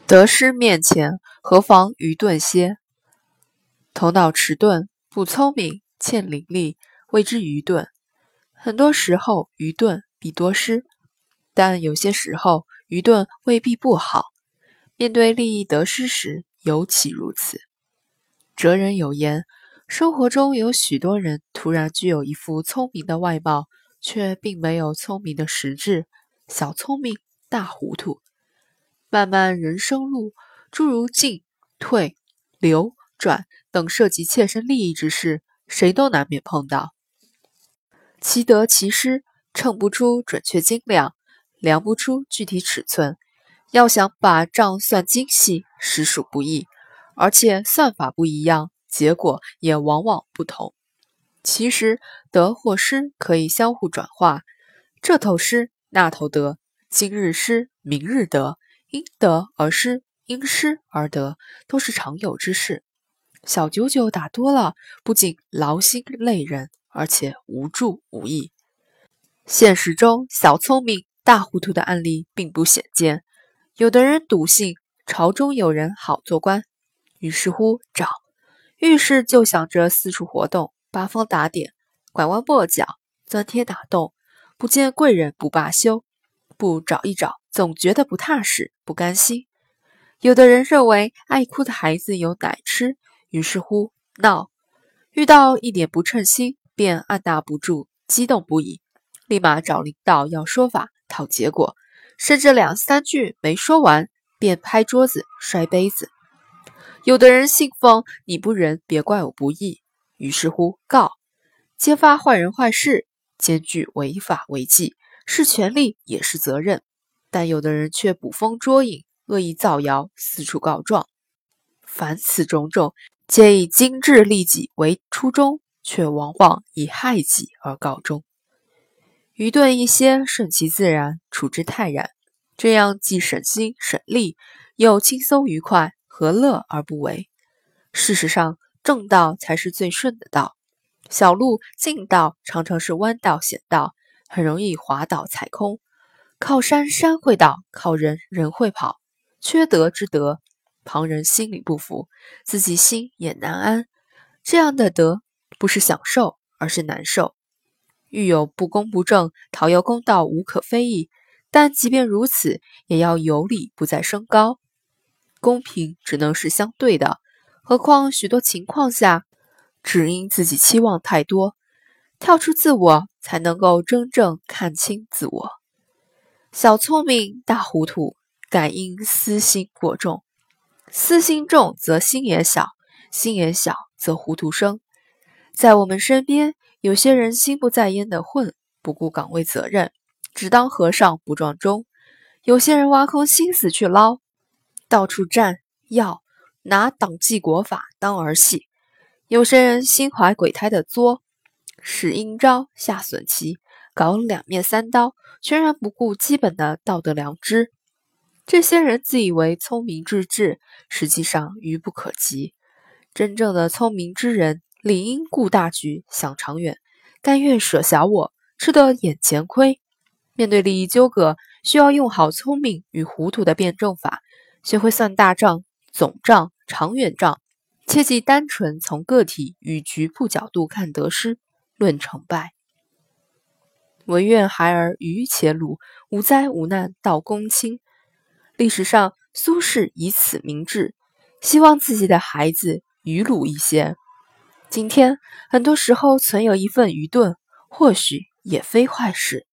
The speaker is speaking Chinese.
得失面前，何妨愚钝些？头脑迟钝，不聪明，欠伶俐，谓之愚钝。很多时候，愚钝必多失，但有些时候，愚钝未必不好。面对利益得失时，尤其如此。哲人有言，生活中有许多人突然具有一副聪明的外貌，却并没有聪明的实质，小聪明，大糊涂。漫漫人生路，诸如进、退、流、转等涉及切身利益之事，谁都难免碰到。其得其失，称不出准确斤两，量不出具体尺寸。要想把账算精细，实属不易，而且算法不一样，结果也往往不同。其实得或失可以相互转化，这头失，那头得，今日失，明日得，因得而失，因失而得，都是常有之事。小九九打多了，不仅劳心累人，而且无助无益。现实中小聪明大糊涂的案例并不鲜见。有的人笃信朝中有人好做官，于是乎找，遇事就想着四处活动，八方打点，拐弯抹角，钻天打洞，不见贵人不罢休，不找一找，总觉得不踏实，不甘心。有的人认为爱哭的孩子有奶吃，于是乎闹，遇到一点不称心，便按捺不住，激动不已，立马找领导要说法，讨结果，甚至两三句没说完，便拍桌子摔杯子。有的人信奉你不仁，别怪我不义，于是乎告，揭发坏人坏事，兼具违法违纪，是权利也是责任。但有的人却捕风捉影，恶意造谣，四处告状。凡此种种，皆以精致利己为初衷，却往往以害己而告终。愚钝一些，顺其自然，处之泰然，这样既省心省力，又轻松愉快，何乐而不为？事实上，正道才是最顺的道，小路近道常常是弯道险道，很容易滑倒踩空。靠山山会倒，靠人人会跑。缺德之德，旁人心里不服，自己心也难安。这样的德，不是享受，而是难受。遇有不公不正，讨要公道无可非议，但即便如此，也要有理不再升高。公平只能是相对的，何况许多情况下，只因自己期望太多，跳出自我，才能够真正看清自我。小聪明大糊涂，感因私心过重。私心重则心也小，心也小则糊涂生。在我们身边，有些人心不在焉的混，不顾岗位责任，只当和尚不撞钟；有些人挖空心思去捞，到处占要，拿党纪国法当儿戏；有些人心怀鬼胎的作，使阴招下损棋，搞两面三刀，全然不顾基本的道德良知。这些人自以为聪明之至，实际上愚不可及。真正的聪明之人，理应顾大局，想长远，甘愿舍小我，吃得眼前亏。面对利益纠葛，需要用好聪明与糊涂的辩证法，学会算大账、总账、长远账，切忌单纯从个体与局部角度看得失，论成败。唯愿孩儿愚且鲁，无灾无难到公卿。历史上苏轼以此明志，希望自己的孩子愚鲁一些。今天很多时候存有一份愚钝，或许也非坏事。